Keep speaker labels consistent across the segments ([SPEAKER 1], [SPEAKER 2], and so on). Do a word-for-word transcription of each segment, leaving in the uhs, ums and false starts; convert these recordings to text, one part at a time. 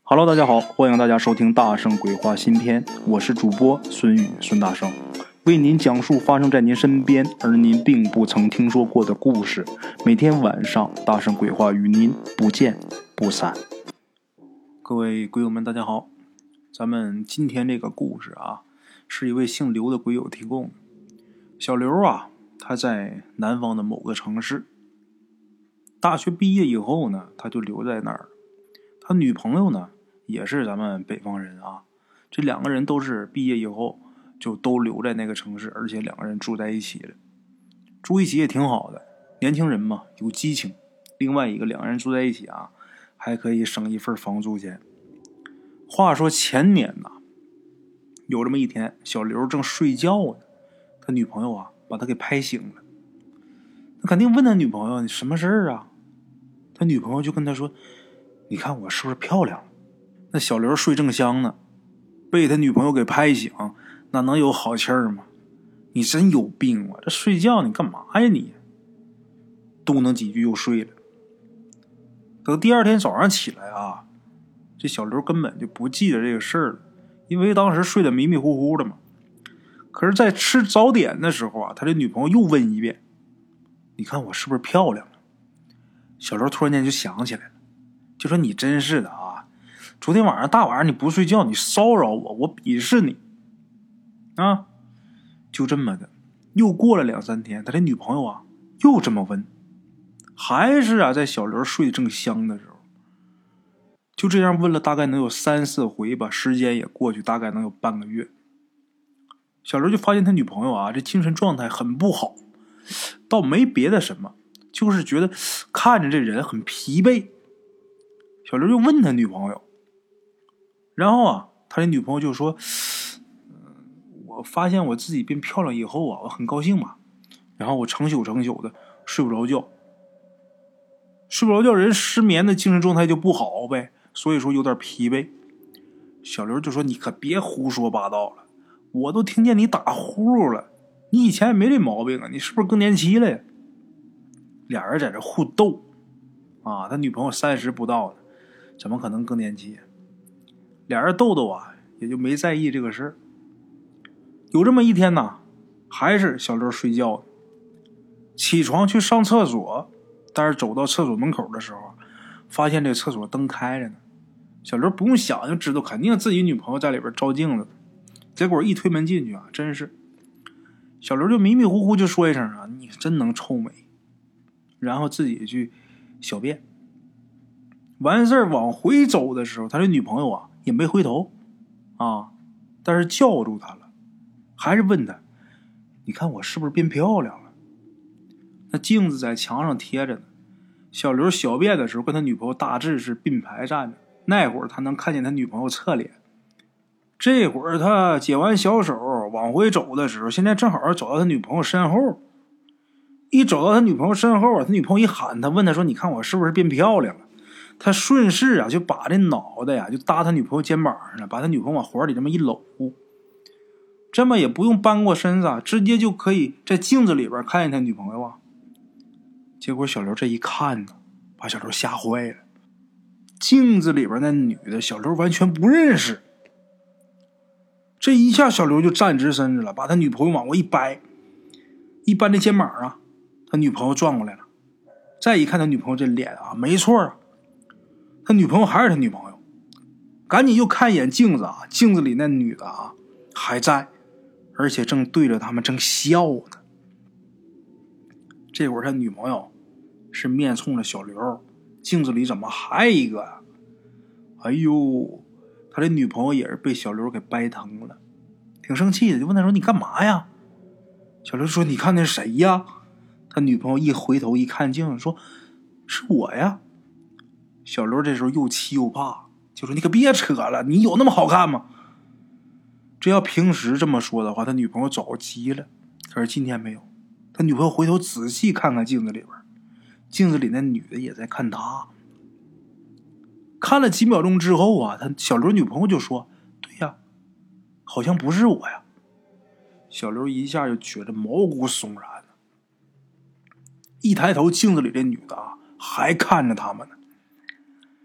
[SPEAKER 1] Hello， 大家好，欢迎大家收听大圣鬼话新篇，我是主播孙宇孙大圣，为您讲述发生在您身边而您并不曾听说过的故事。每天晚上大圣鬼话与您不见不散。各位鬼友们大家好，咱们今天这个故事啊，是一位姓刘的鬼友提供的。小刘啊，他在南方的某个城市，大学毕业以后呢，他就留在那儿。他女朋友呢也是咱们北方人啊，这两个人都是毕业以后就都留在那个城市，而且两个人住在一起了，住一起也挺好的，年轻人嘛，有激情。另外一个，两个人住在一起啊，还可以省一份房租钱。话说前年呐，有这么一天，小刘正睡觉呢，他女朋友啊把他给拍醒了。他肯定问他女朋友：“你什么事儿啊？”他女朋友就跟他说：“你看我是不是漂亮了？”那小刘睡正香呢，被他女朋友给拍醒，那能有好气儿吗？你真有病啊！这睡觉你干嘛呀你？嘟囔几句又睡了。等第二天早上起来啊，这小刘根本就不记得这个事儿了，因为当时睡得迷迷糊糊的嘛。可是在吃早点的时候啊，他这女朋友又问一遍：“你看我是不是漂亮了？”小刘突然间就想起来了，就说：“你真是的啊！昨天晚上大晚上你不睡觉，你骚扰我，我鄙视你啊！”就这么的，又过了两三天，他这女朋友啊又这么问，还是啊在小刘睡正香的时候。就这样问了大概能有三四回吧，时间也过去大概能有半个月。小刘就发现他女朋友啊这精神状态很不好，倒没别的什么，就是觉得看着这人很疲惫。小刘就问他女朋友，然后啊他的女朋友就说：“嗯，我发现我自己变漂亮以后啊，我很高兴嘛，然后我成宿成宿的睡不着觉，睡不着觉，人失眠的精神状态就不好呗，所以说有点疲惫。”小刘就说：“你可别胡说八道了，我都听见你打呼噜了，你以前也没这毛病啊，你是不是更年期了呀？”俩人在这互斗啊，他女朋友三十不到呢，怎么可能更年期？俩人斗斗啊，也就没在意这个事儿。有这么一天呢，还是小刘睡觉，起床去上厕所，但是走到厕所门口的时候，发现这个厕所灯开着呢。小刘不用想就知道，肯定自己女朋友在里边照镜子。结果一推门进去啊，真是小刘就迷迷糊糊就说一声啊：“你真能臭美。”然后自己去小便。完事儿往回走的时候，他这女朋友啊也没回头啊，但是叫住他了，还是问他：“你看我是不是变漂亮了？”那镜子在墙上贴着呢，小刘小便的时候跟他女朋友大致是并排站着，那会儿他能看见他女朋友侧脸。这会儿他解完小手往回走的时候，现在正好走到他女朋友身后。一走到他女朋友身后，他女朋友一喊他，问他说：“你看我是不是变漂亮了？”他顺势啊就把这脑袋呀、啊、就搭他女朋友肩膀上了，把他女朋友往怀里这么一搂，这么也不用搬过身子啊，直接就可以在镜子里边看见他女朋友啊。结果小刘这一看呢，把小刘吓坏了。镜子里边那女的，小刘完全不认识。这一下小刘就站直身子了，把他女朋友往过一掰，一掰这肩膀啊，他女朋友转过来了。再一看他女朋友这脸啊，没错啊，他女朋友还是他女朋友。赶紧又看一眼镜子啊，镜子里那女的啊还在，而且正对着他们正笑呢。这会儿他女朋友是面冲着小刘，镜子里怎么还一个啊？哎呦，他这女朋友也是被小刘给掰疼了，挺生气的，就问他说：“你干嘛呀？”小刘说：“你看那谁呀？”他女朋友一回头一看镜子，说：“是我呀。”小刘这时候又气又怕，就说：“你可别扯了，你有那么好看吗？”这要平时这么说的话，他女朋友早急了，可是今天没有。他女朋友回头仔细看看镜子里边，镜子里那女的也在看他。看了几秒钟之后啊，他小刘女朋友就说：“对呀，好像不是我呀。”小刘一下就觉得毛骨悚然了。一抬头，镜子里这女的啊还看着他们呢。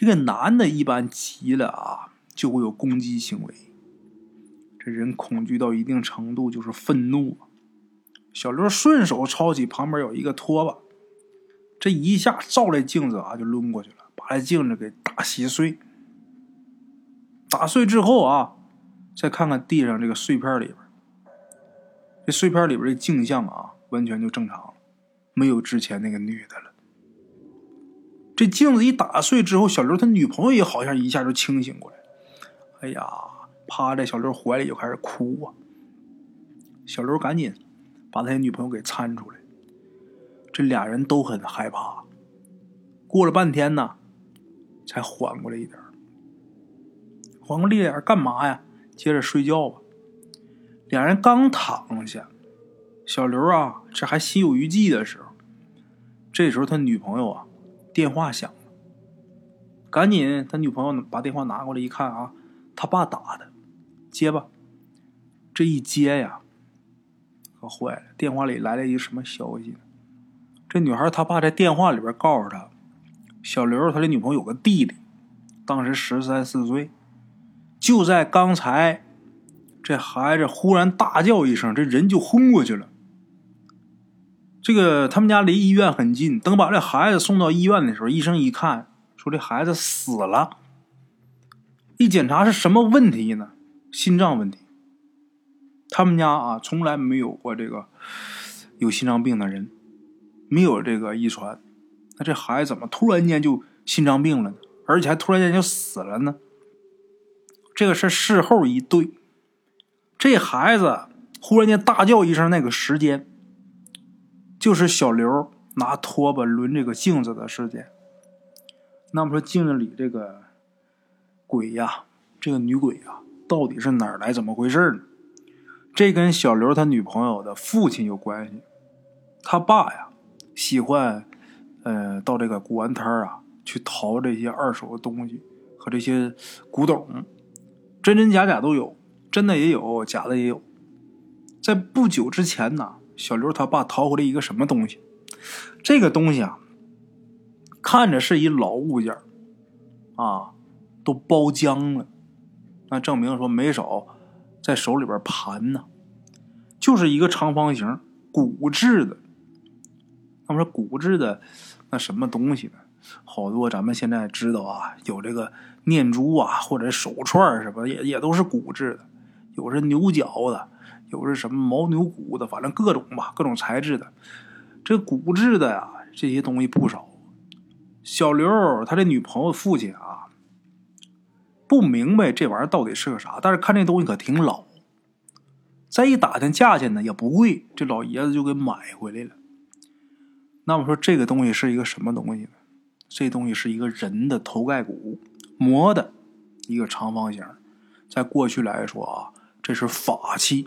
[SPEAKER 1] 这个男的一般急了啊，就会有攻击行为。这人恐惧到一定程度就是愤怒。小刘顺手抄起旁边有一个拖把，这一下照这镜子啊就抡过去了，把这镜子给打稀碎。打碎之后啊，再看看地上这个碎片里边，这碎片里边的镜像啊完全就正常了，没有之前那个女的了。这镜子一打碎之后，小刘他女朋友也好像一下就清醒过来了。哎呀，趴在小刘怀里就开始哭啊。小刘赶紧把他女朋友给搀出来，这俩人都很害怕。过了半天呢，才缓过来一点。缓过来一点干嘛呀？接着睡觉吧。俩人刚躺下，小刘啊，这还心有余悸的时候，这时候他女朋友啊，电话响了。赶紧他女朋友把电话拿过来一看啊，他爸打的，接吧。这一接呀，可坏了，电话里来了一个什么消息呢？这女孩她爸在电话里边告诉她，小刘他的女朋友有个弟弟，当时十三四岁，就在刚才，这孩子忽然大叫一声，这人就昏过去了。这个他们家离医院很近，等把这孩子送到医院的时候，医生一看说这孩子死了。一检查是什么问题呢？心脏问题。他们家啊从来没有过这个有心脏病的人，没有这个遗传。那这孩子怎么突然间就心脏病了呢？而且还突然间就死了呢？这个是事后一对，这孩子忽然间大叫一声，那个时间就是小刘拿拖把抡这个镜子的时间。那么说镜子里这个鬼呀，这个女鬼呀，到底是哪儿来，怎么回事呢？这跟小刘他女朋友的父亲有关系。他爸呀喜欢呃到这个古玩摊啊去淘这些二手的东西和这些古董，真真假假都有，真的也有，假的也有。在不久之前呢，小刘他爸淘回来一个什么东西？这个东西啊，看着是一老物件啊，都包浆了，那证明说没少在手里边盘呢。就是一个长方形骨制的。那么说骨制的那什么东西呢？好多咱们现在知道啊，有这个念珠啊，或者手串什么也也都是骨制的，有是牛角的，有是什么牦牛骨的，反正各种吧，各种材质的。这骨制的呀，这些东西不少。小刘他这女朋友父亲啊，不明白这玩意儿到底是个啥，但是看这东西可挺老。再一打听价钱呢也不贵，这老爷子就给买回来了。那么说这个东西是一个什么东西呢？这东西是一个人的头盖骨磨的一个长方形，在过去来说啊，这是法器，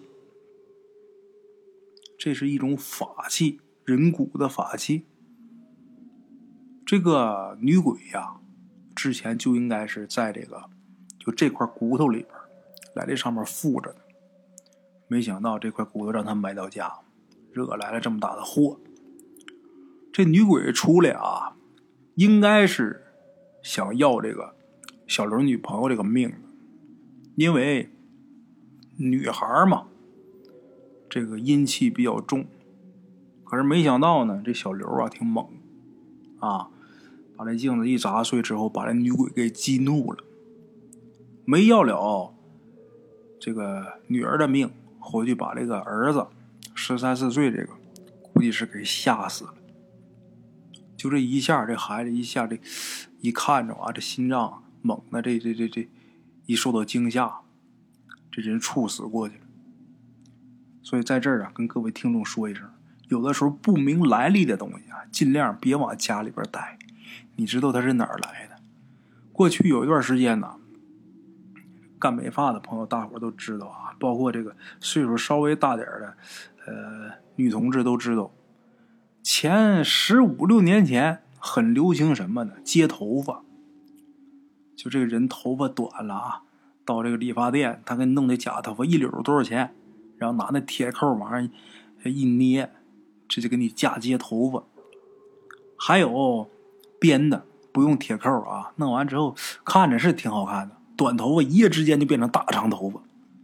[SPEAKER 1] 这是一种法器，人骨的法器。这个女鬼呀，之前就应该是在这个就这块骨头里边来这上面附着的，没想到这块骨头让她买到家，惹来了这么大的祸。这女鬼出来啊，应该是想要这个小刘女朋友这个命的，因为女孩嘛，这个阴气比较重。可是没想到呢，这小刘啊挺猛啊，把这镜子一砸碎之后，把这女鬼给激怒了，没要了这个女儿的命，回去把这个儿子十三四岁这个估计是给吓死了。就这一下，这孩子一下这一看着啊，这心脏猛的，这这这这一受到惊吓，这人猝死过去了。所以在这儿啊，跟各位听众说一声，有的时候不明来历的东西啊，尽量别往家里边带，你知道它是哪儿来的。过去有一段时间呢，干美发的朋友大伙都知道啊，包括这个岁数稍微大点的呃女同志都知道，前十五六年前很流行什么呢？接头发。就这个人头发短了啊，到这个理发店，他给你弄的假头发，一绺多少钱？然后拿那铁扣往上一捏，这就给你嫁接头发。还有编的， 不用铁扣啊，弄完之后看着是挺好看的，短头发一夜之间就变成大长头发。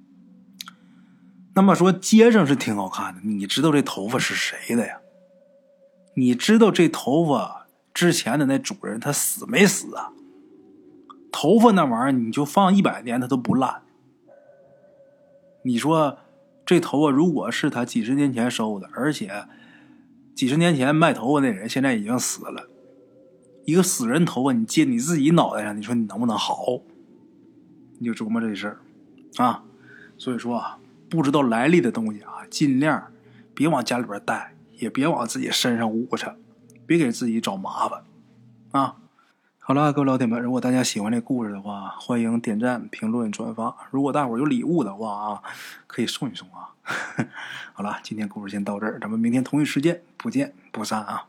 [SPEAKER 1] 那么说街上是挺好看的，你知道这头发是谁的呀？你知道这头发之前的那主人他死没死啊？头发那玩意儿你就放一百年它都不烂。你说这头发如果是他几十年前收的，而且几十年前卖头发那人现在已经死了，一个死人头发你接你自己脑袋上，你说你能不能好？你就琢磨这事儿啊。所以说啊，不知道来历的东西啊，尽量别往家里边带，也别往自己身上捂着，别给自己找麻烦啊。好了，各位老铁们，如果大家喜欢这故事的话，欢迎点赞、评论、转发。如果大伙儿有礼物的话啊，可以送一送啊。好了，今天故事先到这儿，咱们明天同一时间不见不散啊。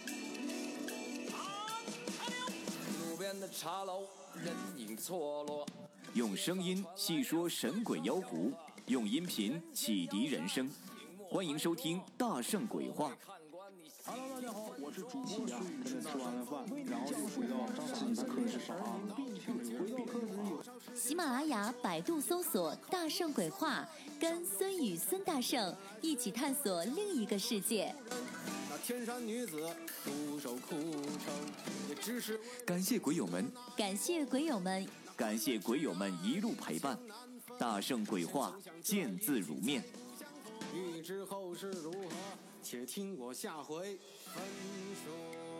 [SPEAKER 2] 路边的茶楼，人影错落，用声音细说神鬼妖狐，用音频启迪人生。欢迎收听《大圣鬼话》。
[SPEAKER 3] Hello， 大家好，我是主播孙宇。现在吃完了饭，然后就回到自己的课室上啊。
[SPEAKER 4] 喜马拉雅、百度搜索“大圣鬼话”，跟孙宇、孙大圣一起探索另一个世界。
[SPEAKER 2] 那天山女子独守枯城，也只是感谢鬼友们，
[SPEAKER 4] 感谢鬼友们，
[SPEAKER 2] 感谢鬼友们一路陪伴。大圣鬼话，见字如面。欲知后事如何，且听我下回分说。